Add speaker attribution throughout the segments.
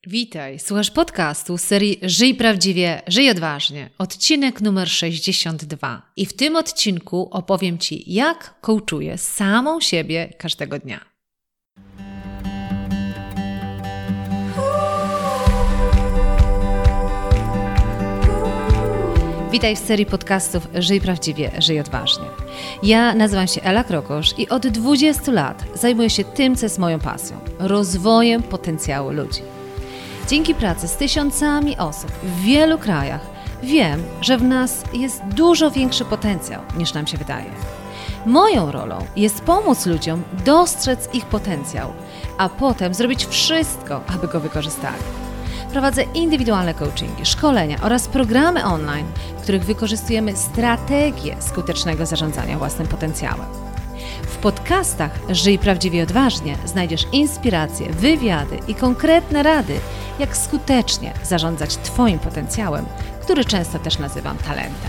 Speaker 1: Witaj, słuchasz podcastu z serii Żyj Prawdziwie, Żyj Odważnie, odcinek numer 62. I w tym odcinku opowiem Ci, jak coachuję samą siebie każdego dnia. Witaj w serii podcastów Żyj Prawdziwie, Żyj Odważnie. Ja nazywam się Ela Krokosz i od 20 lat zajmuję się tym, co jest moją pasją – rozwojem potencjału ludzi. Dzięki pracy z tysiącami osób w wielu krajach wiem, że w nas jest dużo większy potencjał niż nam się wydaje. Moją rolą jest pomóc ludziom dostrzec ich potencjał, a potem zrobić wszystko, aby go wykorzystali. Prowadzę indywidualne coachingi, szkolenia oraz programy online, w których wykorzystujemy strategię skutecznego zarządzania własnym potencjałem. W podcastach Żyj Prawdziwie Odważnie znajdziesz inspiracje, wywiady i konkretne rady, jak skutecznie zarządzać Twoim potencjałem, który często też nazywam talentem.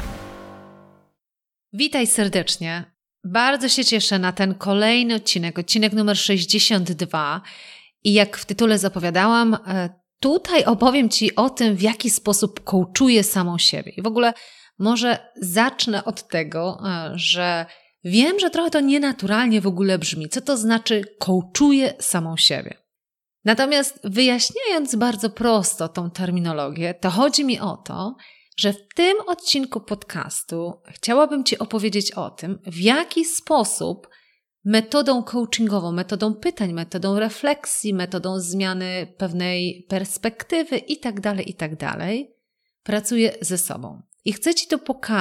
Speaker 1: Witaj serdecznie. Bardzo się cieszę na ten kolejny odcinek numer 62 i jak w tytule zapowiadałam, tutaj opowiem Ci o tym, w jaki sposób coachuję samą siebie. I w ogóle może zacznę od tego, że wiem, że trochę to nienaturalnie w ogóle brzmi. Co to znaczy coachuję samą siebie? Natomiast wyjaśniając bardzo prosto tą terminologię, to chodzi mi o to, że w tym odcinku podcastu chciałabym Ci opowiedzieć o tym, w jaki sposób metodą coachingową, metodą pytań, metodą refleksji, metodą zmiany pewnej perspektywy itd. pracuję ze sobą. I chcę Ci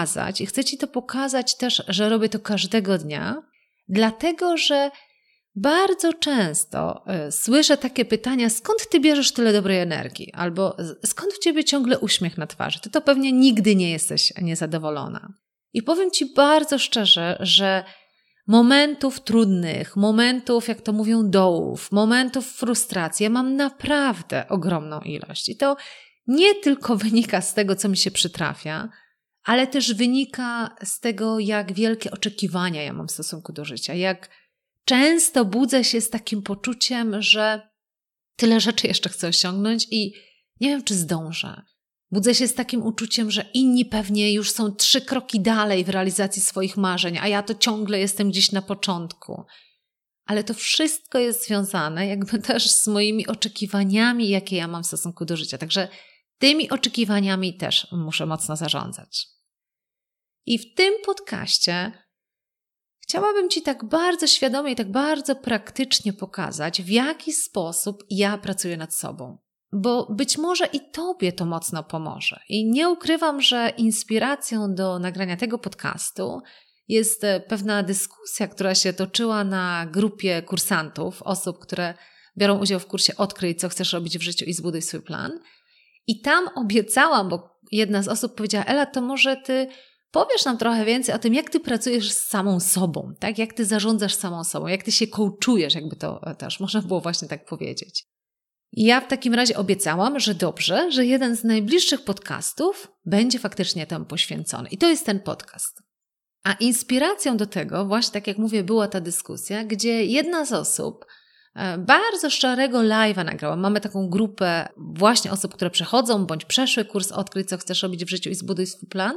Speaker 1: to pokazać też, że robię to każdego dnia, dlatego że bardzo często słyszę takie pytania, skąd Ty bierzesz tyle dobrej energii? Albo skąd w Ciebie ciągle uśmiech na twarzy? Ty to pewnie nigdy nie jesteś niezadowolona. I powiem Ci bardzo szczerze, że momentów trudnych, momentów, jak to mówią, dołów, momentów frustracji, ja mam naprawdę ogromną ilość. I to nie tylko wynika z tego, co mi się przytrafia, ale też wynika z tego, jak wielkie oczekiwania ja mam w stosunku do życia, jak często budzę się z takim poczuciem, że tyle rzeczy jeszcze chcę osiągnąć i nie wiem, czy zdążę. Budzę się z takim uczuciem, że inni pewnie już są 3 kroki dalej w realizacji swoich marzeń, a ja to ciągle jestem gdzieś na początku. Ale to wszystko jest związane jakby też z moimi oczekiwaniami, jakie ja mam w stosunku do życia. Także tymi oczekiwaniami też muszę mocno zarządzać. I w tym podcaście chciałabym Ci tak bardzo świadomie i tak bardzo praktycznie pokazać, w jaki sposób ja pracuję nad sobą. Bo być może i Tobie to mocno pomoże. I nie ukrywam, że inspiracją do nagrania tego podcastu jest pewna dyskusja, która się toczyła na grupie kursantów, osób, które biorą udział w kursie Odkryj, co chcesz robić w życiu i zbuduj swój plan. I tam obiecałam, bo jedna z osób powiedziała: Ela, to może Ty powiesz nam trochę więcej o tym, jak Ty pracujesz z samą sobą, tak? Jak Ty zarządzasz samą sobą, jak Ty się coachujesz, jakby to też można było właśnie tak powiedzieć. I ja w takim razie obiecałam, że dobrze, że jeden z najbliższych podcastów będzie faktycznie temu poświęcony. I to jest ten podcast. A inspiracją do tego, właśnie tak jak mówię, była ta dyskusja, gdzie jedna z osób bardzo szczerego live'a nagrała. Mamy taką grupę właśnie osób, które przechodzą bądź przeszły kurs Odkryj, co chcesz robić w życiu i zbuduj swój plan.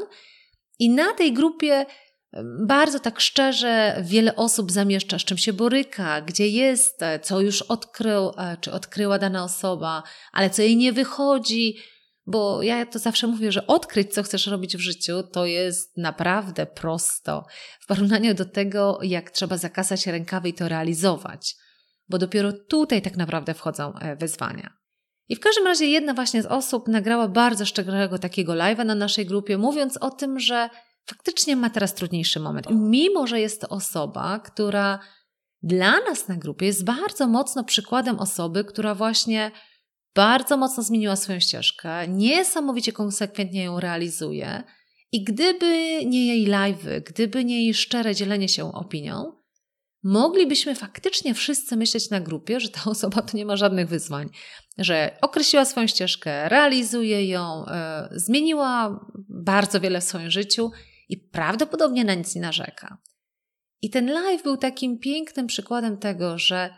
Speaker 1: I na tej grupie bardzo tak szczerze wiele osób zamieszcza, z czym się boryka, gdzie jest, co już odkrył, czy odkryła dana osoba, ale co jej nie wychodzi, bo ja to zawsze mówię, że odkryć, co chcesz robić w życiu, to jest naprawdę prosto w porównaniu do tego, jak trzeba zakasać rękawy i to realizować, bo dopiero tutaj tak naprawdę wchodzą wyzwania. I w każdym razie jedna właśnie z osób nagrała bardzo szczególnego takiego live'a na naszej grupie, mówiąc o tym, że faktycznie ma teraz trudniejszy moment. Mimo że jest to osoba, która dla nas na grupie jest bardzo mocno przykładem osoby, która właśnie bardzo mocno zmieniła swoją ścieżkę, niesamowicie konsekwentnie ją realizuje i gdyby nie jej live'y, gdyby nie jej szczere dzielenie się opinią, moglibyśmy faktycznie wszyscy myśleć na grupie, że ta osoba to nie ma żadnych wyzwań, że określiła swoją ścieżkę, realizuje ją, zmieniła bardzo wiele w swoim życiu i prawdopodobnie na nic nie narzeka. I ten live był takim pięknym przykładem tego, że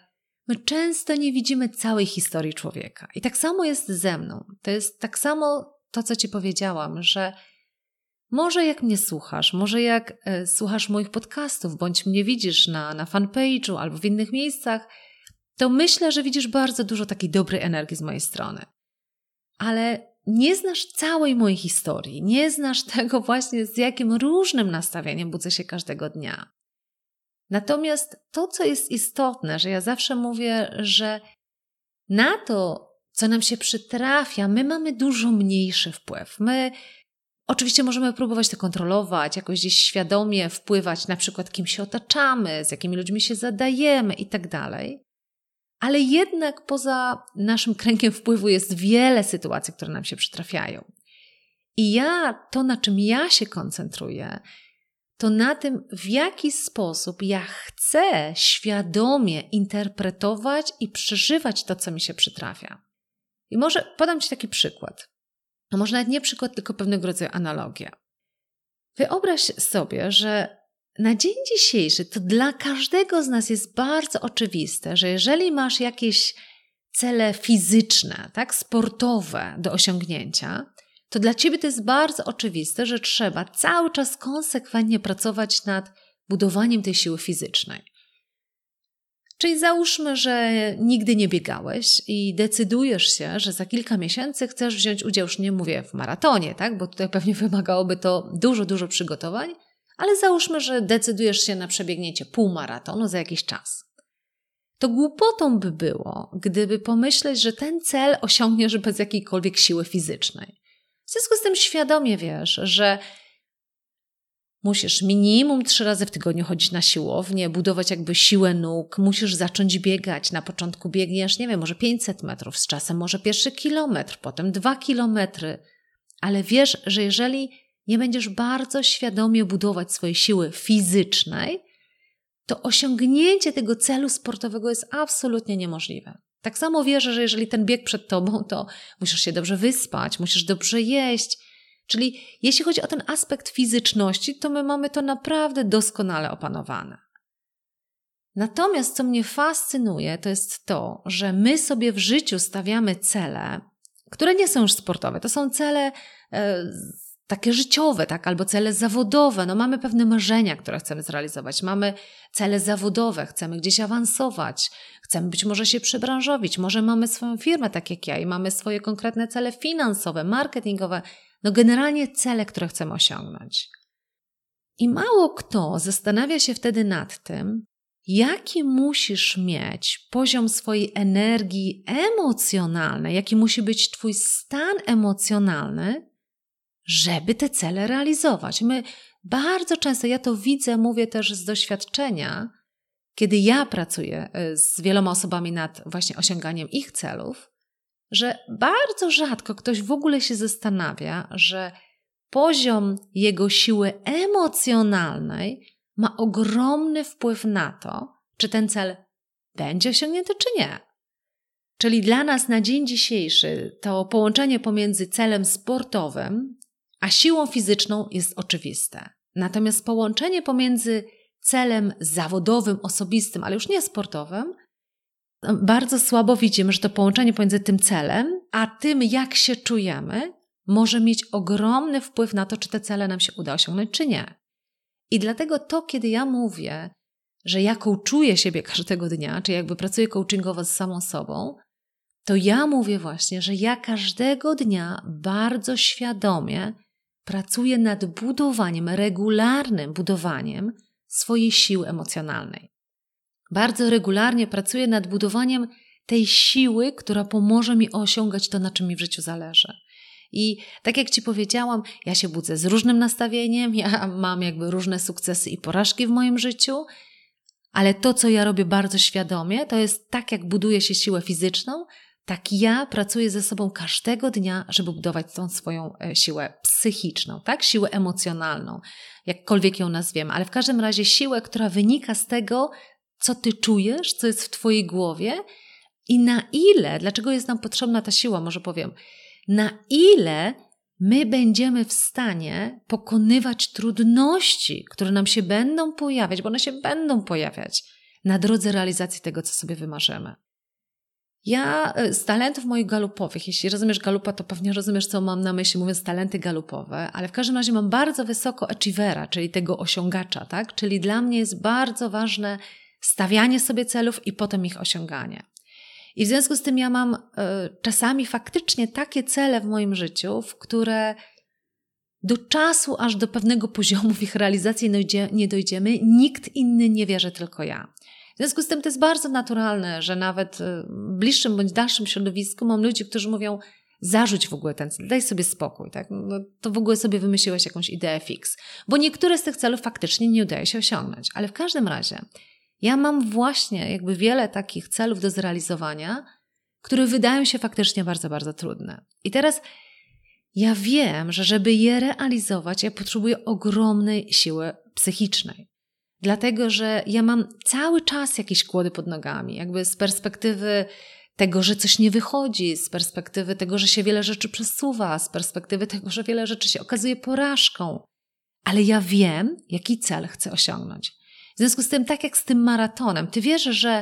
Speaker 1: My często nie widzimy całej historii człowieka. I tak samo jest ze mną. To jest tak samo to, co Ci powiedziałam, że może jak mnie słuchasz, może jak słuchasz moich podcastów, bądź mnie widzisz na fanpage'u albo w innych miejscach, to myślę, że widzisz bardzo dużo takiej dobrej energii z mojej strony. Ale nie znasz całej mojej historii, nie znasz tego właśnie, z jakim różnym nastawieniem budzę się każdego dnia. Natomiast to, co jest istotne, że ja zawsze mówię, że na to, co nam się przytrafia, my mamy dużo mniejszy wpływ. My oczywiście możemy próbować to kontrolować, jakoś gdzieś świadomie wpływać na przykład kim się otaczamy, z jakimi ludźmi się zadajemy i tak dalej. Ale jednak poza naszym kręgiem wpływu jest wiele sytuacji, które nam się przytrafiają. I to, na czym ja się koncentruję, to na tym, w jaki sposób ja chcę świadomie interpretować i przeżywać to, co mi się przytrafia. I może podam Ci taki przykład. No może nawet nie przykład, tylko pewnego rodzaju analogię. Wyobraź sobie, że na dzień dzisiejszy to dla każdego z nas jest bardzo oczywiste, że jeżeli masz jakieś cele fizyczne, tak, sportowe do osiągnięcia, to dla Ciebie to jest bardzo oczywiste, że trzeba cały czas konsekwentnie pracować nad budowaniem tej siły fizycznej. Czyli załóżmy, że nigdy nie biegałeś i decydujesz się, że za kilka miesięcy chcesz wziąć udział, już nie mówię w maratonie, tak, bo tutaj pewnie wymagałoby to dużo przygotowań, ale załóżmy, że decydujesz się na przebiegnięcie półmaratonu za jakiś czas. To głupotą by było, gdyby pomyśleć, że ten cel osiągniesz bez jakiejkolwiek siły fizycznej. W związku z tym świadomie wiesz, że musisz minimum 3 razy w tygodniu chodzić na siłownię, budować jakby siłę nóg, musisz zacząć biegać. Na początku biegniesz, nie wiem, może 500 metrów, z czasem może pierwszy kilometr, potem 2 kilometry. Ale wiesz, że jeżeli nie będziesz bardzo świadomie budować swojej siły fizycznej, to osiągnięcie tego celu sportowego jest absolutnie niemożliwe. Tak samo wierzę, że jeżeli ten bieg przed tobą, to musisz się dobrze wyspać, musisz dobrze jeść. Czyli jeśli chodzi o ten aspekt fizyczności, to my mamy to naprawdę doskonale opanowane. Natomiast co mnie fascynuje, to jest to, że my sobie w życiu stawiamy cele, które nie są już sportowe. To są cele takie życiowe, tak, albo cele zawodowe. No mamy pewne marzenia, które chcemy zrealizować. Mamy cele zawodowe, chcemy gdzieś awansować, chcemy być może się przebranżowić, może mamy swoją firmę, tak jak ja, i mamy swoje konkretne cele finansowe, marketingowe, no generalnie cele, które chcemy osiągnąć. I mało kto zastanawia się wtedy nad tym, jaki musisz mieć poziom swojej energii emocjonalnej, jaki musi być twój stan emocjonalny, żeby te cele realizować. My bardzo często, ja to widzę, mówię też z doświadczenia, kiedy ja pracuję z wieloma osobami nad właśnie osiąganiem ich celów, że bardzo rzadko ktoś w ogóle się zastanawia, że poziom jego siły emocjonalnej ma ogromny wpływ na to, czy ten cel będzie osiągnięty, czy nie. Czyli dla nas na dzień dzisiejszy to połączenie pomiędzy celem sportowym a siłą fizyczną jest oczywiste. Natomiast połączenie pomiędzy celem zawodowym, osobistym, ale już nie sportowym, bardzo słabo widzimy, że to połączenie pomiędzy tym celem a tym, jak się czujemy, może mieć ogromny wpływ na to, czy te cele nam się uda osiągnąć, czy nie. I dlatego to, kiedy ja mówię, że ja coachuję siebie każdego dnia, czy jakby pracuję coachingowo z samą sobą, to ja mówię właśnie, że ja każdego dnia bardzo świadomie pracuję nad budowaniem, regularnym budowaniem swojej siły emocjonalnej. Bardzo regularnie pracuję nad budowaniem tej siły, która pomoże mi osiągać to, na czym mi w życiu zależy. I tak jak Ci powiedziałam, ja się budzę z różnym nastawieniem, ja mam jakby różne sukcesy i porażki w moim życiu, ale to, co ja robię bardzo świadomie, to jest tak, jak buduje się siłę fizyczną, tak ja pracuję ze sobą każdego dnia, żeby budować tą swoją siłę psychiczną, tak? Siłę emocjonalną, jakkolwiek ją nazwiemy, ale w każdym razie siłę, która wynika z tego, co Ty czujesz, co jest w Twojej głowie i na ile, dlaczego jest nam potrzebna ta siła, może powiem, na ile my będziemy w stanie pokonywać trudności, które nam się będą pojawiać, bo one się będą pojawiać na drodze realizacji tego, co sobie wymarzymy. Ja z talentów moich galupowych, jeśli rozumiesz galupa, to pewnie rozumiesz, co mam na myśli, mówiąc talenty galupowe, ale w każdym razie mam bardzo wysoko achievera, czyli tego osiągacza, tak? Czyli dla mnie jest bardzo ważne stawianie sobie celów i potem ich osiąganie. I w związku z tym ja mam czasami faktycznie takie cele w moim życiu, w które do czasu, aż do pewnego poziomu w ich realizacji nie dojdziemy, nikt inny nie wierzy, tylko ja. W związku z tym to jest bardzo naturalne, że nawet w bliższym bądź dalszym środowisku mam ludzi, którzy mówią: zarzuć w ogóle ten cel, daj sobie spokój, tak? No, to w ogóle sobie wymyśliłeś jakąś ideę fix. Bo niektóre z tych celów faktycznie nie udaje się osiągnąć. Ale w każdym razie ja mam właśnie jakby wiele takich celów do zrealizowania, które wydają się faktycznie bardzo, bardzo trudne. I teraz ja wiem, że żeby je realizować, ja potrzebuję ogromnej siły psychicznej. Dlatego, że ja mam cały czas jakieś kłody pod nogami, jakby z perspektywy tego, że coś nie wychodzi, z perspektywy tego, że się wiele rzeczy przesuwa, z perspektywy tego, że wiele rzeczy się okazuje porażką. Ale ja wiem, jaki cel chcę osiągnąć. W związku z tym, tak jak z tym maratonem, ty wiesz, że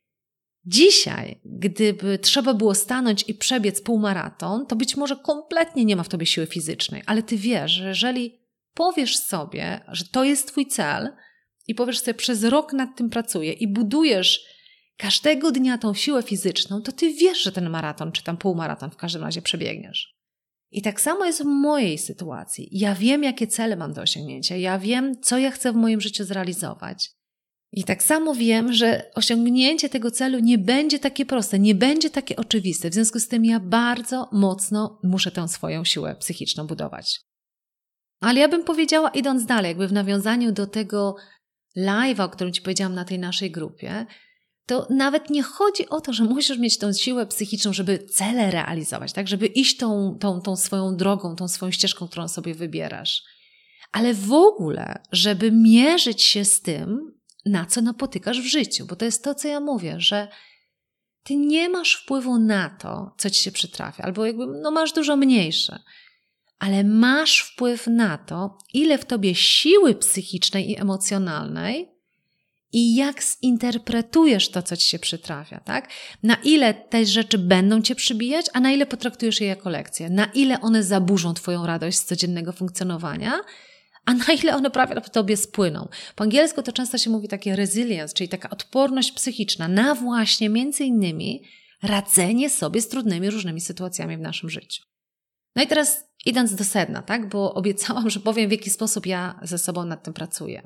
Speaker 1: dzisiaj, gdyby trzeba było stanąć i przebiec półmaraton, to być może kompletnie nie ma w tobie siły fizycznej, ale ty wiesz, że jeżeli powiesz sobie, że to jest twój cel i powiesz sobie, przez rok nad tym pracuję i budujesz każdego dnia tą siłę fizyczną, to ty wiesz, że ten maraton czy tam półmaraton w każdym razie przebiegniesz. I tak samo jest w mojej sytuacji. Ja wiem, jakie cele mam do osiągnięcia. Ja wiem, co ja chcę w moim życiu zrealizować. I tak samo wiem, że osiągnięcie tego celu nie będzie takie proste, nie będzie takie oczywiste. W związku z tym ja bardzo mocno muszę tę swoją siłę psychiczną budować. Ale ja bym powiedziała, idąc dalej, jakby w nawiązaniu do tego live'a, o którym ci powiedziałam na tej naszej grupie, to nawet nie chodzi o to, że musisz mieć tą siłę psychiczną, żeby cele realizować, tak? Żeby iść tą swoją drogą, tą swoją ścieżką, którą sobie wybierasz. Ale w ogóle, żeby mierzyć się z tym, na co napotykasz w życiu. Bo to jest to, co ja mówię, że ty nie masz wpływu na to, co ci się przytrafia. Albo jakby, masz dużo mniejsze. Ale masz wpływ na to, ile w tobie siły psychicznej i emocjonalnej i jak zinterpretujesz to, co ci się przytrafia, tak? Na ile te rzeczy będą cię przybijać, a na ile potraktujesz je jako lekcję. Na ile one zaburzą twoją radość z codziennego funkcjonowania, a na ile one prawie w tobie spłyną. Po angielsku to często się mówi takie resilience, czyli taka odporność psychiczna na właśnie między innymi radzenie sobie z trudnymi różnymi sytuacjami w naszym życiu. No i teraz idąc do sedna, tak? Bo obiecałam, że powiem, w jaki sposób ja ze sobą nad tym pracuję.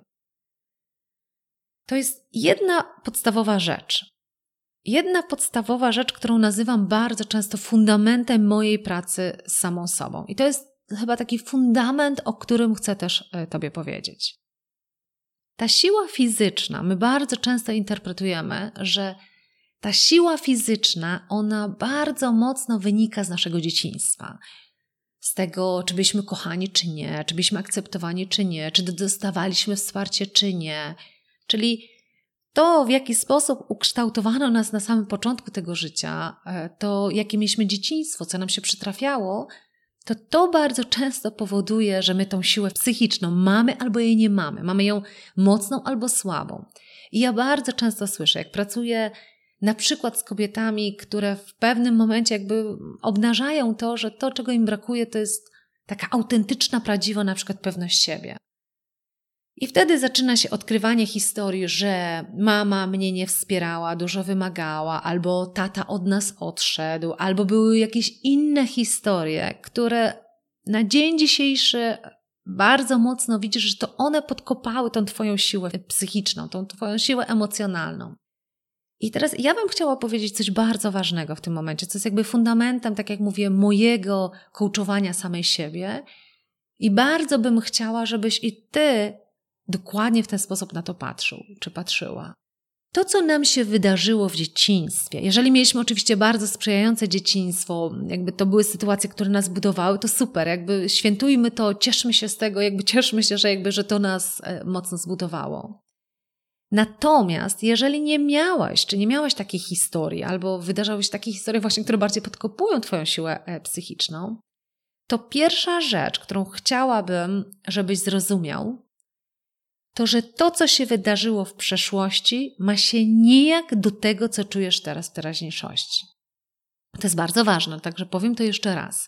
Speaker 1: To jest jedna podstawowa rzecz. Jedna podstawowa rzecz, którą nazywam bardzo często fundamentem mojej pracy z samą sobą. I to jest chyba taki fundament, o którym chcę też tobie powiedzieć. Ta siła fizyczna, my bardzo często interpretujemy, że ta siła fizyczna, ona bardzo mocno wynika z naszego dzieciństwa. Z tego, czy byliśmy kochani, czy nie, czy byliśmy akceptowani, czy nie, czy dostawaliśmy wsparcie, czy nie. Czyli to, w jaki sposób ukształtowano nas na samym początku tego życia, to jakie mieliśmy dzieciństwo, co nam się przytrafiało, to bardzo często powoduje, że my tą siłę psychiczną mamy albo jej nie mamy. Mamy ją mocną albo słabą. I ja bardzo często słyszę, jak pracuję na przykład z kobietami, które w pewnym momencie jakby obnażają to, że to, czego im brakuje, to jest taka autentyczna, prawdziwa na przykład pewność siebie. I wtedy zaczyna się odkrywanie historii, że mama mnie nie wspierała, dużo wymagała, albo tata od nas odszedł, albo były jakieś inne historie, które na dzień dzisiejszy bardzo mocno widzisz, że to one podkopały tą twoją siłę psychiczną, tą twoją siłę emocjonalną. I teraz ja bym chciała powiedzieć coś bardzo ważnego w tym momencie, co jest jakby fundamentem, tak jak mówię, mojego coachowania samej siebie i bardzo bym chciała, żebyś i ty dokładnie w ten sposób na to patrzył, czy patrzyła. To, co nam się wydarzyło w dzieciństwie, jeżeli mieliśmy oczywiście bardzo sprzyjające dzieciństwo, jakby to były sytuacje, które nas budowały, to super, jakby świętujmy to, cieszmy się z tego, jakby cieszmy się, że to nas mocno zbudowało. Natomiast jeżeli nie miałaś, czy nie miałaś takiej historii, albo wydarzały się takie historie właśnie, które bardziej podkopują twoją siłę psychiczną, to pierwsza rzecz, którą chciałabym, żebyś zrozumiał, to że to, co się wydarzyło w przeszłości, ma się nijak do tego, co czujesz teraz w teraźniejszości. To jest bardzo ważne, także powiem to jeszcze raz.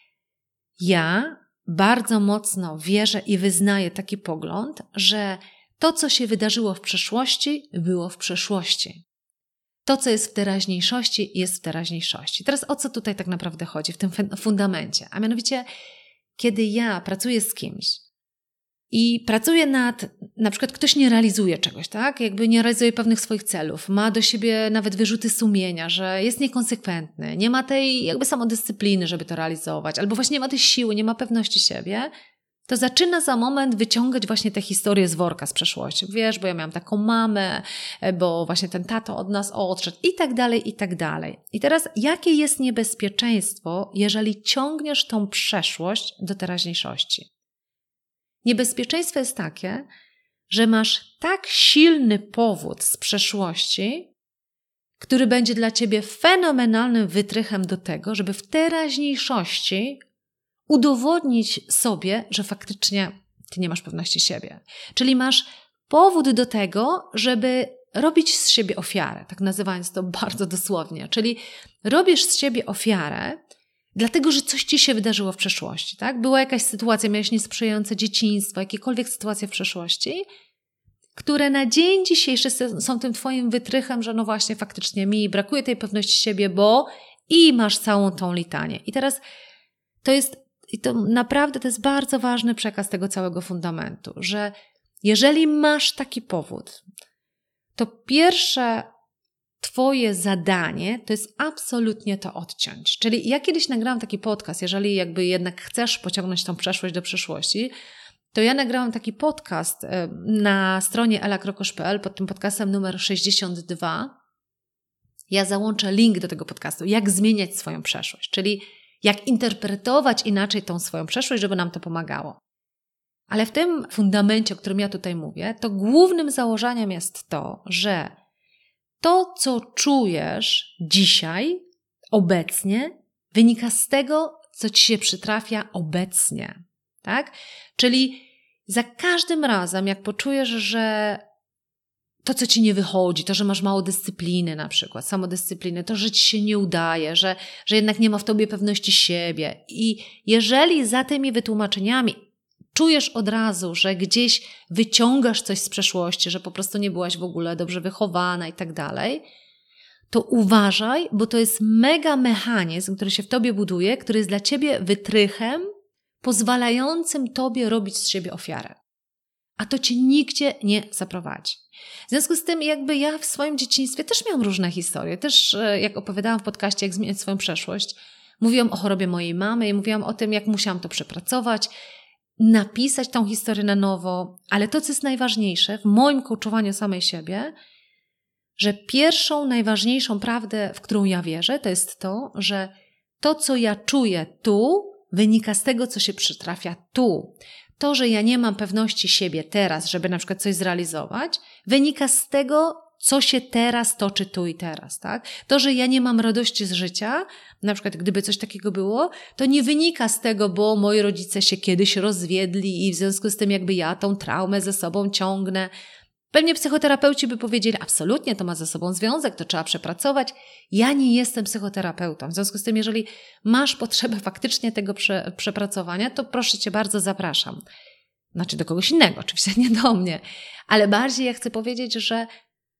Speaker 1: Ja bardzo mocno wierzę i wyznaję taki pogląd, że to, co się wydarzyło w przeszłości, było w przeszłości. To, co jest w teraźniejszości, jest w teraźniejszości. Teraz o co tutaj tak naprawdę chodzi w tym fundamencie? A mianowicie, kiedy ja pracuję z kimś i pracuję na przykład ktoś nie realizuje czegoś, tak? Jakby nie realizuje pewnych swoich celów, ma do siebie nawet wyrzuty sumienia, że jest niekonsekwentny, nie ma tej jakby samodyscypliny, żeby to realizować, albo właśnie nie ma tej siły, nie ma pewności siebie, to zaczyna za moment wyciągać właśnie te historie z worka z przeszłości. Wiesz, bo ja miałam taką mamę, bo właśnie ten tato od nas odszedł i tak dalej, i tak dalej. I teraz jakie jest niebezpieczeństwo, jeżeli ciągniesz tą przeszłość do teraźniejszości? Niebezpieczeństwo jest takie, że masz tak silny powód z przeszłości, który będzie dla ciebie fenomenalnym wytrychem do tego, żeby w teraźniejszości udowodnić sobie, że faktycznie ty nie masz pewności siebie. Czyli masz powód do tego, żeby robić z siebie ofiarę, tak nazywając to bardzo dosłownie. Czyli robisz z siebie ofiarę, dlatego, że coś ci się wydarzyło w przeszłości, tak? Była jakaś sytuacja, miałeś niesprzyjające dzieciństwo, jakiekolwiek sytuacje w przeszłości, które na dzień dzisiejszy są tym twoim wytrychem, że no właśnie faktycznie mi brakuje tej pewności siebie, bo i masz całą tą litanię. I teraz to naprawdę to jest bardzo ważny przekaz tego całego fundamentu, że jeżeli masz taki powód, to pierwsze twoje zadanie to jest absolutnie to odciąć. Czyli ja kiedyś nagrałam taki podcast, jeżeli jakby jednak chcesz pociągnąć tą przeszłość do przyszłości, to ja nagrałam taki podcast na stronie elakrokosz.pl pod tym podcastem numer 62. Ja załączę link do tego podcastu, jak zmieniać swoją przeszłość, czyli jak interpretować inaczej tą swoją przeszłość, żeby nam to pomagało. Ale w tym fundamencie, o którym ja tutaj mówię, to głównym założeniem jest to, że to, co czujesz dzisiaj, obecnie, wynika z tego, co ci się przytrafia obecnie. Tak? Czyli za każdym razem, jak poczujesz, że to, co ci nie wychodzi, to, że masz mało dyscypliny na przykład, samodyscypliny, to, że ci się nie udaje, że jednak nie ma w tobie pewności siebie. I jeżeli za tymi wytłumaczeniami czujesz od razu, że gdzieś wyciągasz coś z przeszłości, że po prostu nie byłaś w ogóle dobrze wychowana i tak dalej, to uważaj, bo to jest mega mechanizm, który się w tobie buduje, który jest dla ciebie wytrychem pozwalającym tobie robić z siebie ofiarę. A to cię nigdzie nie zaprowadzi. W związku z tym jakby ja w swoim dzieciństwie też miałam różne historie. Też jak opowiadałam w podcaście, jak zmieniać swoją przeszłość, mówiłam o chorobie mojej mamy i mówiłam o tym, jak musiałam to przepracować, napisać tą historię na nowo. Ale to, co jest najważniejsze w moim coachowaniu samej siebie, że pierwszą, najważniejszą prawdę, w którą ja wierzę, to jest to, że to, co ja czuję tu, wynika z tego, co się przytrafia tu. To, że ja nie mam pewności siebie teraz, żeby na przykład coś zrealizować, wynika z tego, co się teraz toczy tu i teraz, tak? To, że ja nie mam radości z życia, na przykład gdyby coś takiego było, to nie wynika z tego, bo moi rodzice się kiedyś rozwiedli i w związku z tym jakby ja tą traumę ze sobą ciągnę. Pewnie psychoterapeuci by powiedzieli, absolutnie to ma ze sobą związek, to trzeba przepracować. Ja nie jestem psychoterapeutą. W związku z tym, jeżeli masz potrzebę faktycznie tego przepracowania, to proszę cię bardzo, zapraszam. Znaczy do kogoś innego, oczywiście nie do mnie. Ale bardziej ja chcę powiedzieć, że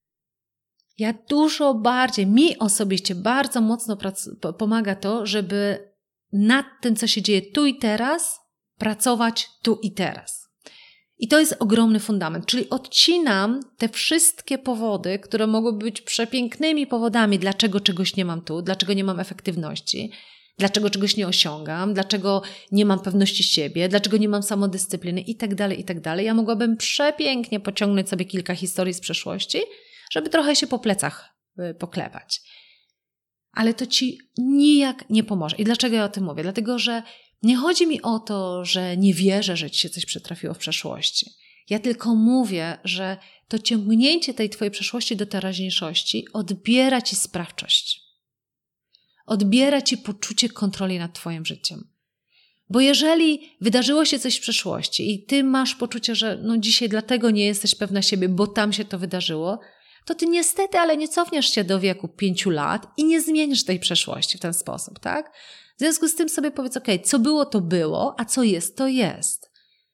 Speaker 1: ja dużo bardziej, mi osobiście bardzo mocno pomaga to, żeby nad tym, co się dzieje tu i teraz, pracować tu i teraz. I to jest ogromny fundament, czyli odcinam te wszystkie powody, które mogą być przepięknymi powodami, dlaczego czegoś nie mam tu, dlaczego nie mam efektywności, dlaczego czegoś nie osiągam, dlaczego nie mam pewności siebie, dlaczego nie mam samodyscypliny i tak dalej, i tak dalej. Ja mogłabym przepięknie pociągnąć sobie kilka historii z przeszłości, żeby trochę się po plecach poklepać. Ale to ci nijak nie pomoże. I dlaczego ja o tym mówię? Dlatego, że nie chodzi mi o to, że nie wierzę, że ci się coś przytrafiło w przeszłości. Ja tylko mówię, że to ciągnięcie tej twojej przeszłości do teraźniejszości odbiera ci sprawczość. Odbiera ci poczucie kontroli nad twoim życiem. Bo jeżeli wydarzyło się coś w przeszłości i ty masz poczucie, że dzisiaj dlatego nie jesteś pewna siebie, bo tam się to wydarzyło, to ty niestety, ale nie cofniesz się do wieku 5 lat i nie zmienisz tej przeszłości w ten sposób, tak? W związku z tym sobie powiedz, co było, to było, a co jest, to jest.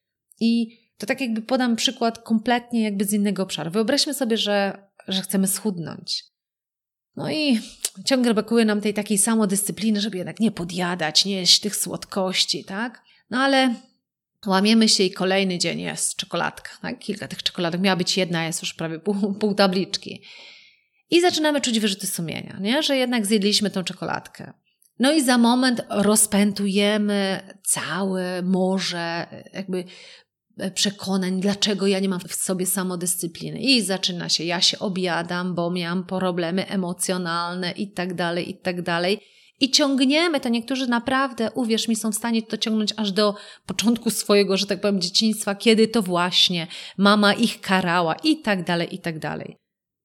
Speaker 1: I to tak jakby podam przykład kompletnie jakby z innego obszaru. Wyobraźmy sobie, że chcemy schudnąć. No i ciągle brakuje nam tej takiej samodyscypliny, żeby jednak nie podjadać, nie jeść tych słodkości, tak? No ale łamiemy się i kolejny dzień jest czekoladka, tak? Kilka tych czekoladek. Miała być jedna, jest już prawie pół tabliczki. I zaczynamy czuć wyrzuty sumienia, nie? Że jednak zjedliśmy tą czekoladkę. No i za moment rozpętujemy całe morze jakby przekonań, dlaczego ja nie mam w sobie samodyscypliny. I zaczyna się, ja się objadam, bo miałam problemy emocjonalne i tak dalej, i tak dalej. I ciągniemy to, niektórzy naprawdę, uwierz mi, są w stanie to ciągnąć aż do początku swojego, że tak powiem, dzieciństwa, kiedy to właśnie mama ich karała i tak dalej, i tak dalej.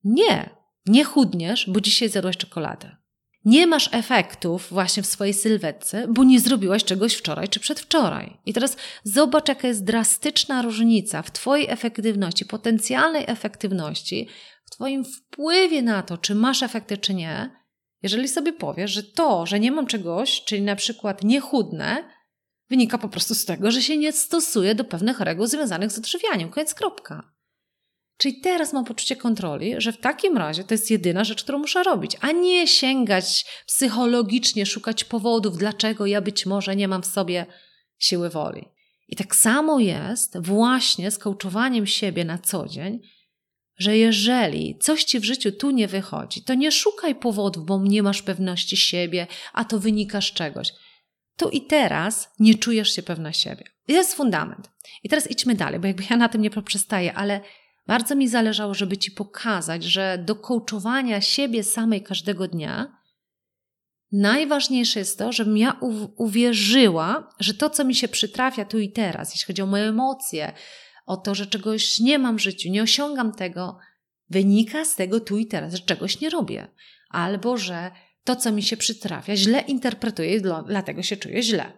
Speaker 1: Nie chudniesz, bo dzisiaj zjadłaś czekoladę. Nie masz efektów właśnie w swojej sylwetce, bo nie zrobiłaś czegoś wczoraj czy przedwczoraj. I teraz zobacz, jaka jest drastyczna różnica w twojej efektywności, potencjalnej efektywności, w twoim wpływie na to, czy masz efekty, czy nie. Jeżeli sobie powiesz, że to, że nie mam czegoś, czyli na przykład nie chudnę, wynika po prostu z tego, że się nie stosuję do pewnych reguł związanych z odżywianiem. Koniec, kropka. Czyli teraz mam poczucie kontroli, że w takim razie to jest jedyna rzecz, którą muszę robić, a nie sięgać psychologicznie, szukać powodów, dlaczego ja być może nie mam w sobie siły woli. I tak samo jest właśnie z coachowaniem siebie na co dzień, że jeżeli coś ci w życiu tu nie wychodzi, to nie szukaj powodów, bo nie masz pewności siebie, a to wynika z czegoś. Tu i teraz nie czujesz się pewna siebie. I to jest fundament. I teraz idźmy dalej, bo jakby ja na tym nie poprzestaję, ale bardzo mi zależało, żeby ci pokazać, że do coachowania siebie samej każdego dnia najważniejsze jest to, żebym ja uwierzyła, że to, co mi się przytrafia tu i teraz, jeśli chodzi o moje emocje, o to, że czegoś nie mam w życiu, nie osiągam tego, wynika z tego tu i teraz, że czegoś nie robię. Albo, że to, co mi się przytrafia, źle interpretuję, dlatego się czuję źle.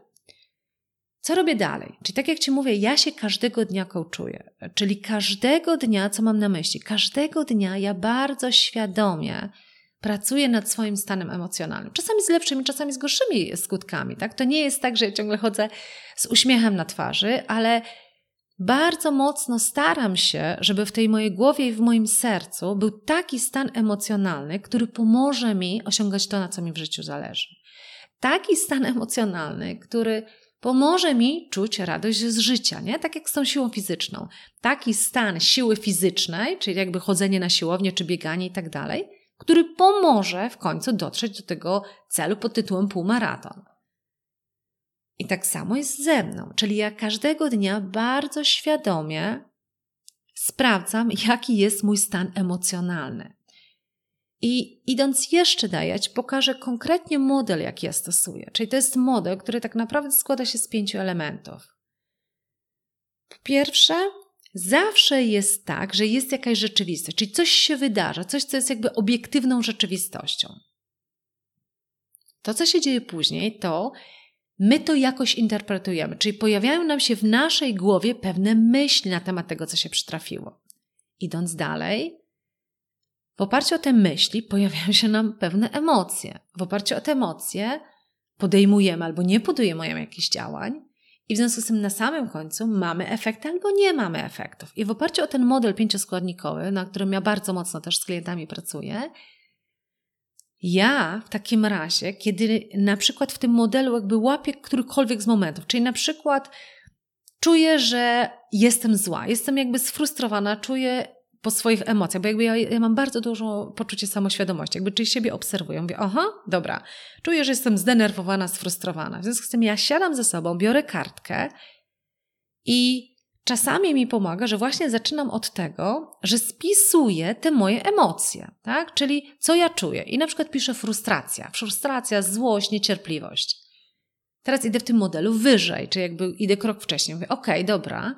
Speaker 1: Co robię dalej? Czyli tak jak ci mówię, ja się każdego dnia coachuję. Czyli każdego dnia, co mam na myśli? Każdego dnia ja bardzo świadomie pracuję nad swoim stanem emocjonalnym. Czasami z lepszymi, czasami z gorszymi skutkami. Tak? To nie jest tak, że ja ciągle chodzę z uśmiechem na twarzy, ale bardzo mocno staram się, żeby w tej mojej głowie i w moim sercu był taki stan emocjonalny, który pomoże mi osiągać to, na co mi w życiu zależy. Taki stan emocjonalny, który pomoże mi czuć radość z życia, nie? Tak jak z tą siłą fizyczną. Taki stan siły fizycznej, czyli jakby chodzenie na siłownię czy bieganie i tak dalej, który pomoże w końcu dotrzeć do tego celu pod tytułem półmaraton. I tak samo jest ze mną, czyli ja każdego dnia bardzo świadomie sprawdzam, jaki jest mój stan emocjonalny. I idąc jeszcze dalej, pokażę konkretnie model, jaki ja stosuję. Czyli to jest model, który tak naprawdę składa się z 5 elementów. Po pierwsze, zawsze jest tak, że jest jakaś rzeczywistość, czyli coś się wydarza, coś, co jest jakby obiektywną rzeczywistością. To, co się dzieje później, to my to jakoś interpretujemy, czyli pojawiają nam się w naszej głowie pewne myśli na temat tego, co się przytrafiło. Idąc dalej, w oparciu o te myśli pojawiają się nam pewne emocje. W oparciu o te emocje podejmujemy albo nie podejmujemy jakichś działań i w związku z tym na samym końcu mamy efekty albo nie mamy efektów. I w oparciu o ten model 5-składnikowy, na którym ja bardzo mocno też z klientami pracuję, ja w takim razie, kiedy na przykład w tym modelu jakby łapię którykolwiek z momentów, czyli na przykład czuję, że jestem zła, jestem jakby sfrustrowana, czuję po swoich emocjach, bo jakby ja mam bardzo dużo poczucie samoświadomości, jakby czyli siebie obserwuję, mówię, aha, dobra, czuję, że jestem zdenerwowana, sfrustrowana. W związku z tym ja siadam ze sobą, biorę kartkę i czasami mi pomaga, że właśnie zaczynam od tego, że spisuję te moje emocje, tak? Czyli co ja czuję. I na przykład piszę frustracja, złość, niecierpliwość. Teraz idę w tym modelu wyżej, czyli jakby idę krok wcześniej. Mówię, okej, dobra,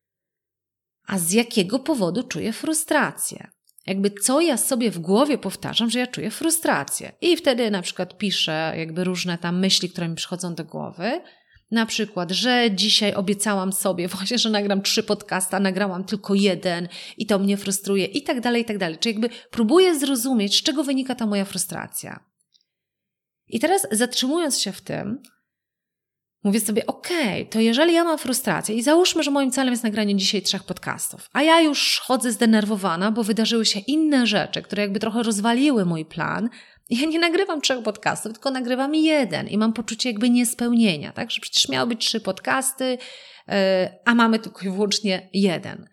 Speaker 1: a z jakiego powodu czuję frustrację? Jakby co ja sobie w głowie powtarzam, że ja czuję frustrację. I wtedy na przykład piszę jakby różne tam myśli, które mi przychodzą do głowy. Na przykład, że dzisiaj obiecałam sobie właśnie, że nagram 3 podcasty, a nagrałam tylko 1 i to mnie frustruje i tak dalej, i tak dalej. Czyli jakby próbuję zrozumieć, z czego wynika ta moja frustracja. I teraz zatrzymując się w tym, mówię sobie, to jeżeli ja mam frustrację i załóżmy, że moim celem jest nagranie dzisiaj 3 podcastów, a ja już chodzę zdenerwowana, bo wydarzyły się inne rzeczy, które jakby trochę rozwaliły mój plan. Ja nie nagrywam 3 podcastów, tylko nagrywam 1 i mam poczucie jakby niespełnienia, tak? Że przecież miały być 3 podcasty, a mamy tylko i wyłącznie 1.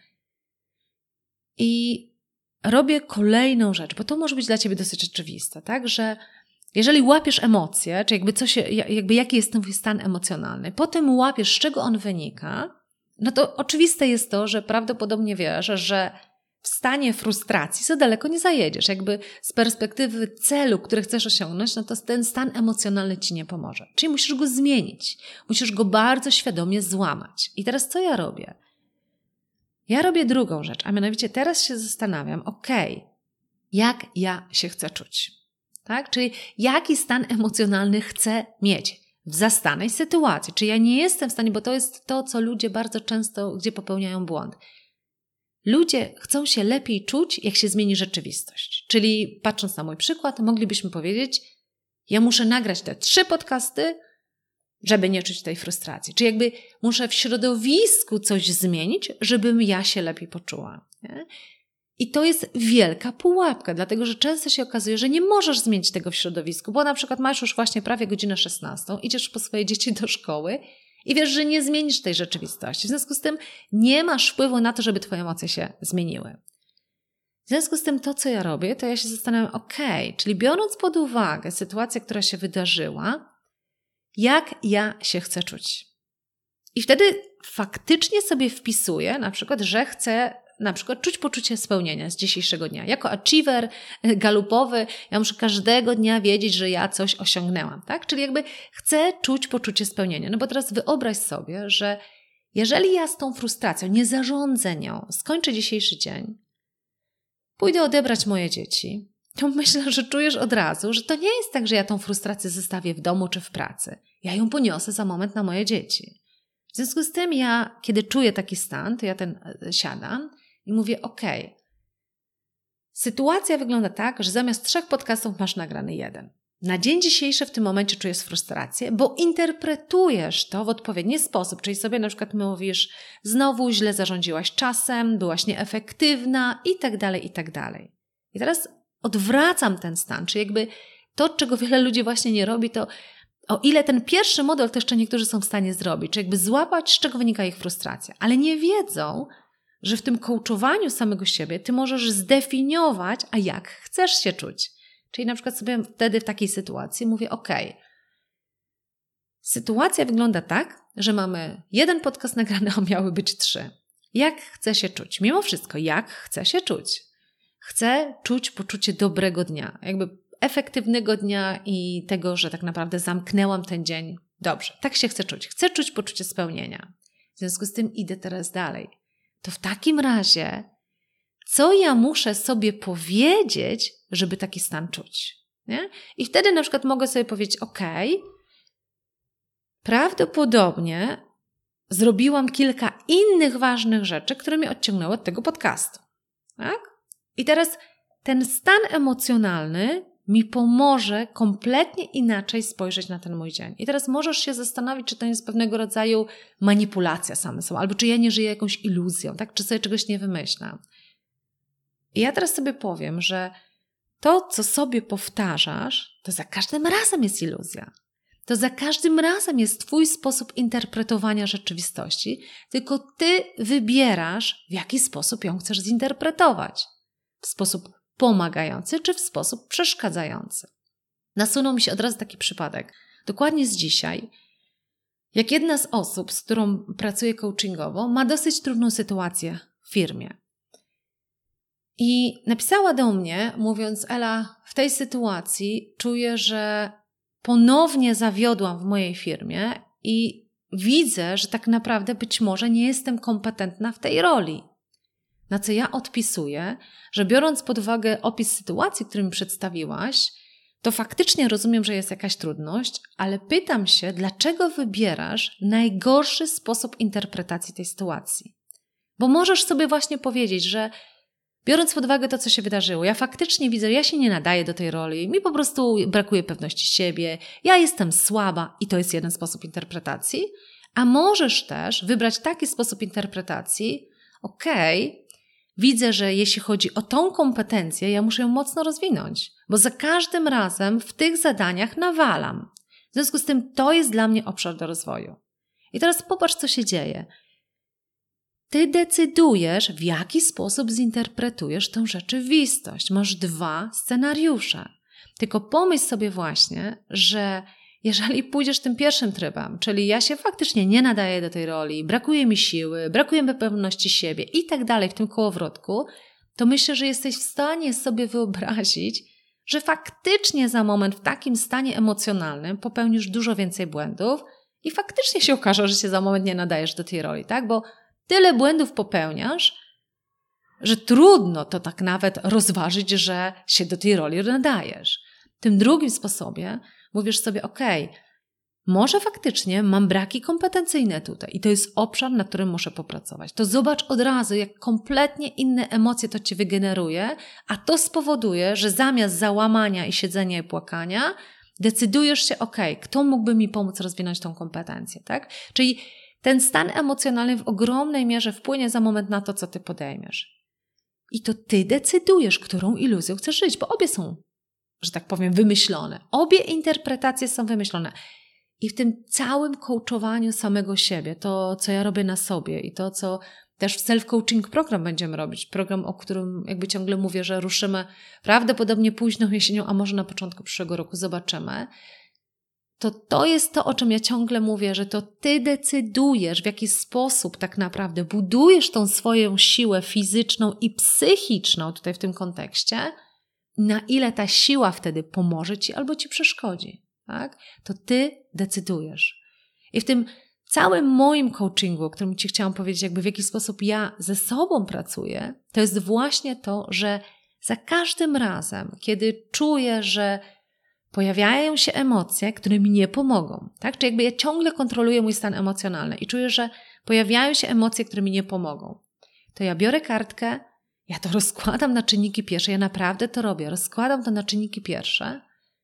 Speaker 1: I robię kolejną rzecz, bo to może być dla Ciebie dosyć oczywiste, tak? Że jeżeli łapiesz emocje, czy jakby jaki jest twój stan emocjonalny, potem łapiesz, z czego on wynika, no to oczywiste jest to, że prawdopodobnie wiesz, że w stanie frustracji za daleko nie zajedziesz. Jakby z perspektywy celu, który chcesz osiągnąć, no to ten stan emocjonalny Ci nie pomoże. Czyli musisz go zmienić. Musisz go bardzo świadomie złamać. I teraz co ja robię? Ja robię drugą rzecz, a mianowicie teraz się zastanawiam, jak ja się chcę czuć? Tak? Czyli jaki stan emocjonalny chcę mieć w zastanej sytuacji? Czy ja nie jestem w stanie, bo to jest to, co ludzie bardzo często, gdzie popełniają błąd. Ludzie chcą się lepiej czuć, jak się zmieni rzeczywistość. Czyli patrząc na mój przykład, moglibyśmy powiedzieć, ja muszę nagrać te 3 podcasty, żeby nie czuć tej frustracji. Czyli jakby muszę w środowisku coś zmienić, żebym ja się lepiej poczuła. Nie? I to jest wielka pułapka, dlatego że często się okazuje, że nie możesz zmienić tego w środowisku, bo na przykład masz już właśnie prawie godzinę 16, idziesz po swoje dzieci do szkoły i wiesz, że nie zmienisz tej rzeczywistości. W związku z tym nie masz wpływu na to, żeby twoje emocje się zmieniły. W związku z tym to, co ja robię, to ja się zastanawiam, czyli biorąc pod uwagę sytuację, która się wydarzyła, jak ja się chcę czuć. I wtedy faktycznie sobie wpisuję na przykład, że chcę czuć poczucie spełnienia z dzisiejszego dnia. Jako achiever galupowy ja muszę każdego dnia wiedzieć, że ja coś osiągnęłam, tak? Czyli jakby chcę czuć poczucie spełnienia. No bo teraz wyobraź sobie, że jeżeli ja z tą frustracją nie zarządzę nią, skończę dzisiejszy dzień, pójdę odebrać moje dzieci, to myślę, że czujesz od razu, że to nie jest tak, że ja tą frustrację zostawię w domu czy w pracy. Ja ją poniosę za moment na moje dzieci. W związku z tym ja, kiedy czuję taki stan, to ja siadam i mówię, sytuacja wygląda tak, że zamiast 3 podcastów masz nagrany 1. Na dzień dzisiejszy w tym momencie czujesz frustrację, bo interpretujesz to w odpowiedni sposób, czyli sobie na przykład mówisz, znowu źle zarządziłaś czasem, byłaś nieefektywna i tak dalej, i tak dalej. I teraz odwracam ten stan, czyli jakby to, czego wiele ludzi właśnie nie robi, to o ile ten pierwszy model to jeszcze niektórzy są w stanie zrobić, czyli jakby złapać, z czego wynika ich frustracja, ale nie wiedzą, że w tym coachowaniu samego siebie ty możesz zdefiniować, a jak chcesz się czuć. Czyli na przykład sobie wtedy w takiej sytuacji mówię, sytuacja wygląda tak, że mamy 1 podcast nagrany, a miały być 3. Jak chcę się czuć? Mimo wszystko, jak chcę się czuć? Chcę czuć poczucie dobrego dnia, jakby efektywnego dnia i tego, że tak naprawdę zamknęłam ten dzień dobrze. Tak się chcę czuć. Chcę czuć poczucie spełnienia. W związku z tym idę teraz dalej. To w takim razie, co ja muszę sobie powiedzieć, żeby taki stan czuć? Nie? I wtedy na przykład mogę sobie powiedzieć, prawdopodobnie zrobiłam kilka innych ważnych rzeczy, które mnie odciągnęły od tego podcastu. Tak? I teraz ten stan emocjonalny mi pomoże kompletnie inaczej spojrzeć na ten mój dzień. I teraz możesz się zastanowić, czy to jest pewnego rodzaju manipulacja samym sobą, albo czy ja nie żyję jakąś iluzją, tak? Czy sobie czegoś nie wymyślam. I ja teraz sobie powiem, że to, co sobie powtarzasz, to za każdym razem jest iluzja. To za każdym razem jest twój sposób interpretowania rzeczywistości, tylko ty wybierasz, w jaki sposób ją chcesz zinterpretować. W sposób pomagający, czy w sposób przeszkadzający. Nasunął mi się od razu taki przypadek. Dokładnie z dzisiaj, jak jedna z osób, z którą pracuję coachingowo, ma dosyć trudną sytuację w firmie. I napisała do mnie, mówiąc, Ela, w tej sytuacji czuję, że ponownie zawiodłam w mojej firmie i widzę, że tak naprawdę być może nie jestem kompetentna w tej roli. Na co ja odpisuję, że biorąc pod uwagę opis sytuacji, który mi przedstawiłaś, to faktycznie rozumiem, że jest jakaś trudność, ale pytam się, dlaczego wybierasz najgorszy sposób interpretacji tej sytuacji? Bo możesz sobie właśnie powiedzieć, że biorąc pod uwagę to, co się wydarzyło, ja faktycznie widzę, ja się nie nadaję do tej roli, mi po prostu brakuje pewności siebie, ja jestem słaba i to jest jeden sposób interpretacji, a możesz też wybrać taki sposób interpretacji, widzę, że jeśli chodzi o tą kompetencję, ja muszę ją mocno rozwinąć, bo za każdym razem w tych zadaniach nawalam. W związku z tym to jest dla mnie obszar do rozwoju. I teraz popatrz, co się dzieje. Ty decydujesz, w jaki sposób zinterpretujesz tę rzeczywistość. Masz 2 scenariusze. Tylko pomyśl sobie właśnie, że jeżeli pójdziesz tym pierwszym trybem, czyli ja się faktycznie nie nadaję do tej roli, brakuje mi siły, brakuje mi pewności siebie i tak dalej w tym kołowrotku, to myślę, że jesteś w stanie sobie wyobrazić, że faktycznie za moment w takim stanie emocjonalnym popełnisz dużo więcej błędów i faktycznie się okaże, że się za moment nie nadajesz do tej roli, tak? Bo tyle błędów popełniasz, że trudno to tak nawet rozważyć, że się do tej roli nadajesz. W tym drugim sposobie mówisz sobie, może faktycznie mam braki kompetencyjne tutaj i to jest obszar, na którym muszę popracować. To zobacz od razu, jak kompletnie inne emocje to ci wygeneruje, a to spowoduje, że zamiast załamania i siedzenia i płakania, decydujesz się, kto mógłby mi pomóc rozwinąć tą kompetencję, tak? Czyli ten stan emocjonalny w ogromnej mierze wpłynie za moment na to, co ty podejmiesz. I to ty decydujesz, którą iluzją chcesz żyć, bo obie są, że tak powiem, wymyślone. Obie interpretacje są wymyślone. I w tym całym coachowaniu samego siebie, to co ja robię na sobie i to co też w self-coaching program będziemy robić, program, o którym jakby ciągle mówię, że ruszymy prawdopodobnie późną jesienią, a może na początku przyszłego roku, zobaczymy, to jest to, o czym ja ciągle mówię, że to ty decydujesz, w jaki sposób tak naprawdę budujesz tą swoją siłę fizyczną i psychiczną tutaj w tym kontekście, na ile ta siła wtedy pomoże ci albo ci przeszkodzi. Tak? To ty decydujesz. I w tym całym moim coachingu, o którym ci chciałam powiedzieć, jakby w jaki sposób ja ze sobą pracuję, to jest właśnie to, że za każdym razem, kiedy czuję, że pojawiają się emocje, które mi nie pomogą, tak? Czyli jakby ja ciągle kontroluję mój stan emocjonalny i czuję, że pojawiają się emocje, które mi nie pomogą, to ja biorę kartkę, ja to rozkładam na czynniki pierwsze, ja naprawdę to robię, rozkładam to na czynniki pierwsze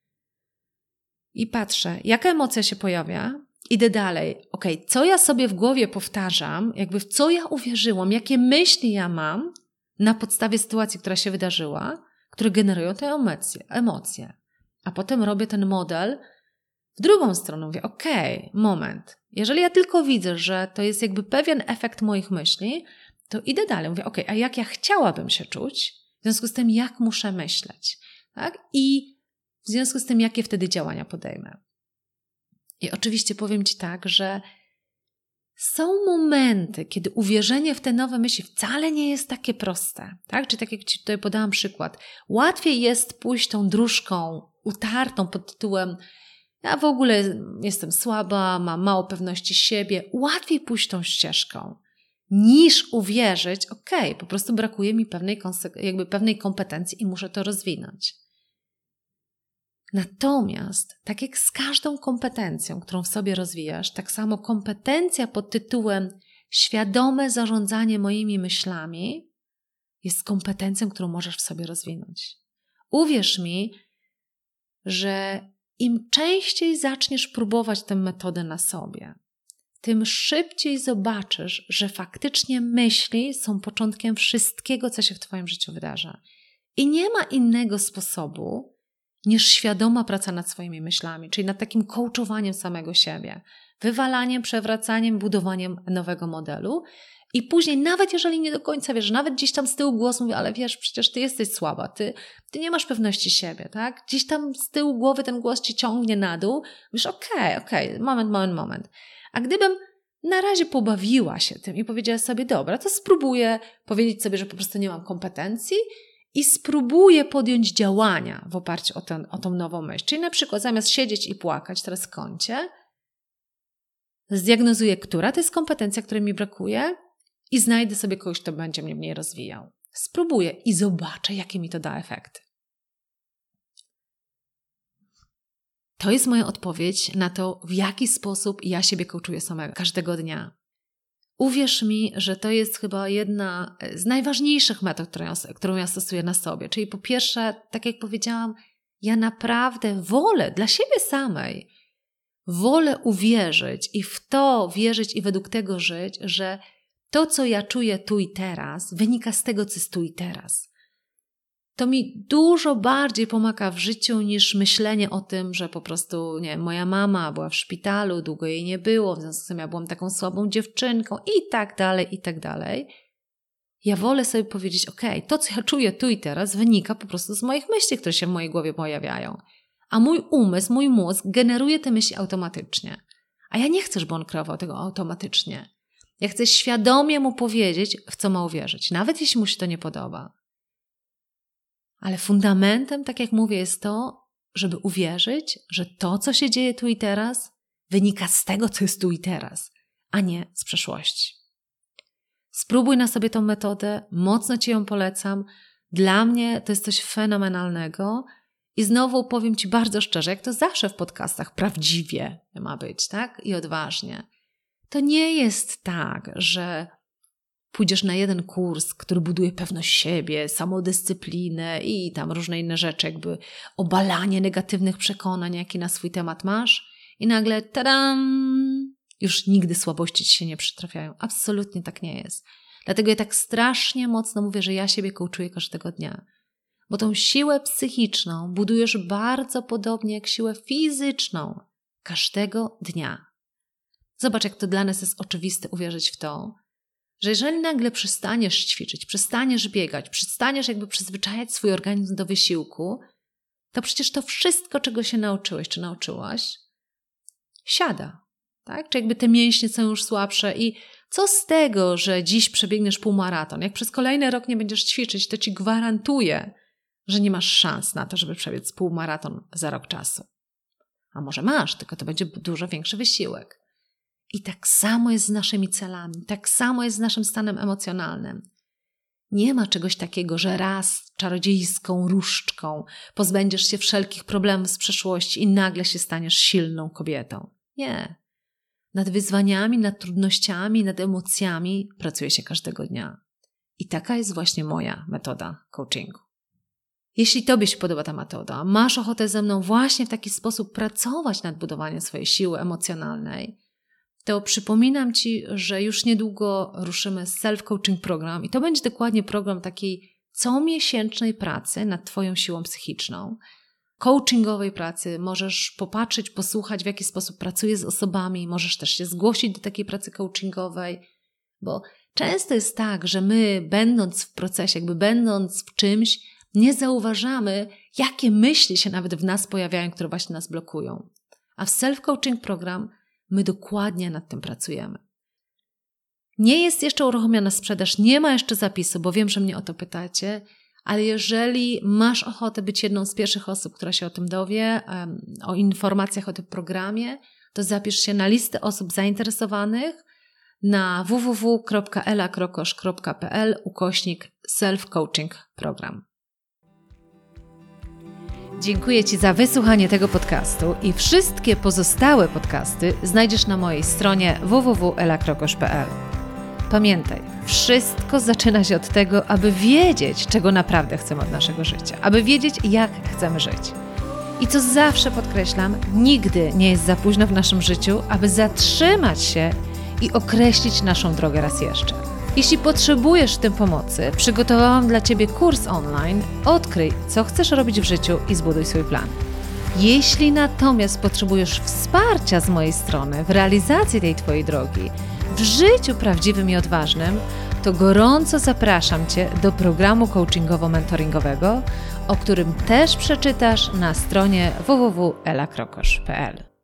Speaker 1: i patrzę, jaka emocja się pojawia, idę dalej. Co ja sobie w głowie powtarzam, jakby w co ja uwierzyłam, jakie myśli ja mam na podstawie sytuacji, która się wydarzyła, które generują te emocje. A potem robię ten model w drugą stronę. Mówię, moment. Jeżeli ja tylko widzę, że to jest jakby pewien efekt moich myśli, to idę dalej. Mówię, a jak ja chciałabym się czuć? W związku z tym, jak muszę myśleć? Tak? I w związku z tym, jakie wtedy działania podejmę. I oczywiście powiem ci tak, że są momenty, kiedy uwierzenie w te nowe myśli wcale nie jest takie proste. Tak? Czyli tak jak ci tutaj podałam przykład. Łatwiej jest pójść tą dróżką utartą pod tytułem ja w ogóle jestem słaba, mam mało pewności siebie. Łatwiej pójść tą ścieżką, niż uwierzyć, po prostu brakuje mi pewnej kompetencji i muszę to rozwinąć. Natomiast, tak jak z każdą kompetencją, którą w sobie rozwijasz, tak samo kompetencja pod tytułem świadome zarządzanie moimi myślami jest kompetencją, którą możesz w sobie rozwinąć. Uwierz mi, że im częściej zaczniesz próbować tę metodę na sobie, tym szybciej zobaczysz, że faktycznie myśli są początkiem wszystkiego, co się w twoim życiu wydarza. I nie ma innego sposobu niż świadoma praca nad swoimi myślami, czyli nad takim coachowaniem samego siebie, wywalaniem, przewracaniem, budowaniem nowego modelu. I później, nawet jeżeli nie do końca wiesz, nawet gdzieś tam z tyłu głosu mówi, ale wiesz, przecież ty jesteś słaba, ty nie masz pewności siebie, tak? Gdzieś tam z tyłu głowy ten głos ci ciągnie na dół. Mówisz, moment. A gdybym na razie pobawiła się tym i powiedziała sobie, dobra, to spróbuję powiedzieć sobie, że po prostu nie mam kompetencji i spróbuję podjąć działania w oparciu o tą nową myśl. Czyli na przykład zamiast siedzieć i płakać teraz w kącie, zdiagnozuję, która to jest kompetencja, której mi brakuje i znajdę sobie kogoś, kto będzie mnie mniej rozwijał. Spróbuję i zobaczę, jakie mi to da efekty. To jest moja odpowiedź na to, w jaki sposób ja siebie coachuję samego, każdego dnia. Uwierz mi, że to jest chyba jedna z najważniejszych metod, którą ja stosuję na sobie. Czyli po pierwsze, tak jak powiedziałam, ja naprawdę wolę dla siebie samej, wolę uwierzyć i w to wierzyć i według tego żyć, że to, co ja czuję tu i teraz, wynika z tego, co jest tu i teraz. To mi dużo bardziej pomaga w życiu niż myślenie o tym, że po prostu, nie wiem, moja mama była w szpitalu, długo jej nie było, w związku z tym ja byłam taką słabą dziewczynką i tak dalej, i tak dalej. Ja wolę sobie powiedzieć, to, co ja czuję tu i teraz, wynika po prostu z moich myśli, które się w mojej głowie pojawiają. A mój umysł, mój mózg generuje te myśli automatycznie. A ja nie chcę, żeby on kreował tego automatycznie. Ja chcę świadomie mu powiedzieć, w co ma uwierzyć, nawet jeśli mu się to nie podoba. Ale fundamentem, tak jak mówię, jest to, żeby uwierzyć, że to, co się dzieje tu i teraz, wynika z tego, co jest tu i teraz, a nie z przeszłości. Spróbuj na sobie tą metodę, mocno Ci ją polecam. Dla mnie to jest coś fenomenalnego i znowu powiem Ci bardzo szczerze, jak to zawsze w podcastach, prawdziwie ma być, tak? I odważnie. To nie jest tak, że pójdziesz na jeden kurs, który buduje pewność siebie, samodyscyplinę i tam różne inne rzeczy, jakby obalanie negatywnych przekonań, jakie na swój temat masz i nagle tadam! Już nigdy słabości Ci się nie przytrafiają. Absolutnie tak nie jest. Dlatego ja tak strasznie mocno mówię, że ja siebie coachuję każdego dnia. Bo tą siłę psychiczną budujesz bardzo podobnie jak siłę fizyczną każdego dnia. Zobacz, jak to dla nas jest oczywiste uwierzyć w to, że jeżeli nagle przestaniesz ćwiczyć, przestaniesz biegać, przestaniesz jakby przyzwyczajać swój organizm do wysiłku, to przecież to wszystko, czego się nauczyłeś czy nauczyłaś, siada. Tak? Czy jakby te mięśnie są już słabsze i co z tego, że dziś przebiegniesz półmaraton? Jak przez kolejny rok nie będziesz ćwiczyć, to Ci gwarantuję, że nie masz szans na to, żeby przebiec półmaraton za rok czasu. A może masz, tylko to będzie dużo większy wysiłek. I tak samo jest z naszymi celami, tak samo jest z naszym stanem emocjonalnym. Nie ma czegoś takiego, że raz czarodziejską różdżką pozbędziesz się wszelkich problemów z przeszłości i nagle się staniesz silną kobietą. Nie. Nad wyzwaniami, nad trudnościami, nad emocjami pracuje się każdego dnia. I taka jest właśnie moja metoda coachingu. Jeśli Tobie się podoba ta metoda, masz ochotę ze mną właśnie w taki sposób pracować nad budowaniem swojej siły emocjonalnej, to przypominam Ci, że już niedługo ruszymy self-coaching program i to będzie dokładnie program takiej comiesięcznej pracy nad Twoją siłą psychiczną, coachingowej pracy. Możesz popatrzeć, posłuchać, w jaki sposób pracuję z osobami, możesz też się zgłosić do takiej pracy coachingowej, bo często jest tak, że my będąc w procesie, jakby będąc w czymś, nie zauważamy, jakie myśli się nawet w nas pojawiają, które właśnie nas blokują. A w self-coaching program my dokładnie nad tym pracujemy. Nie jest jeszcze uruchomiona sprzedaż, nie ma jeszcze zapisu, bo wiem, że mnie o to pytacie, ale jeżeli masz ochotę być jedną z pierwszych osób, która się o tym dowie, o informacjach o tym programie, to zapisz się na listę osób zainteresowanych na www.elakrokosz.pl/self-coaching program. Dziękuję Ci za wysłuchanie tego podcastu i wszystkie pozostałe podcasty znajdziesz na mojej stronie www.elakrokosz.pl. Pamiętaj, wszystko zaczyna się od tego, aby wiedzieć, czego naprawdę chcemy od naszego życia, aby wiedzieć, jak chcemy żyć. I co zawsze podkreślam, nigdy nie jest za późno w naszym życiu, aby zatrzymać się i określić naszą drogę raz jeszcze. Jeśli potrzebujesz w tym pomocy, przygotowałam dla Ciebie kurs online Odkryj, co chcesz robić w życiu i zbuduj swój plan. Jeśli natomiast potrzebujesz wsparcia z mojej strony w realizacji tej Twojej drogi, w życiu prawdziwym i odważnym, to gorąco zapraszam Cię do programu coachingowo-mentoringowego, o którym też przeczytasz na stronie www.elakrokosz.pl.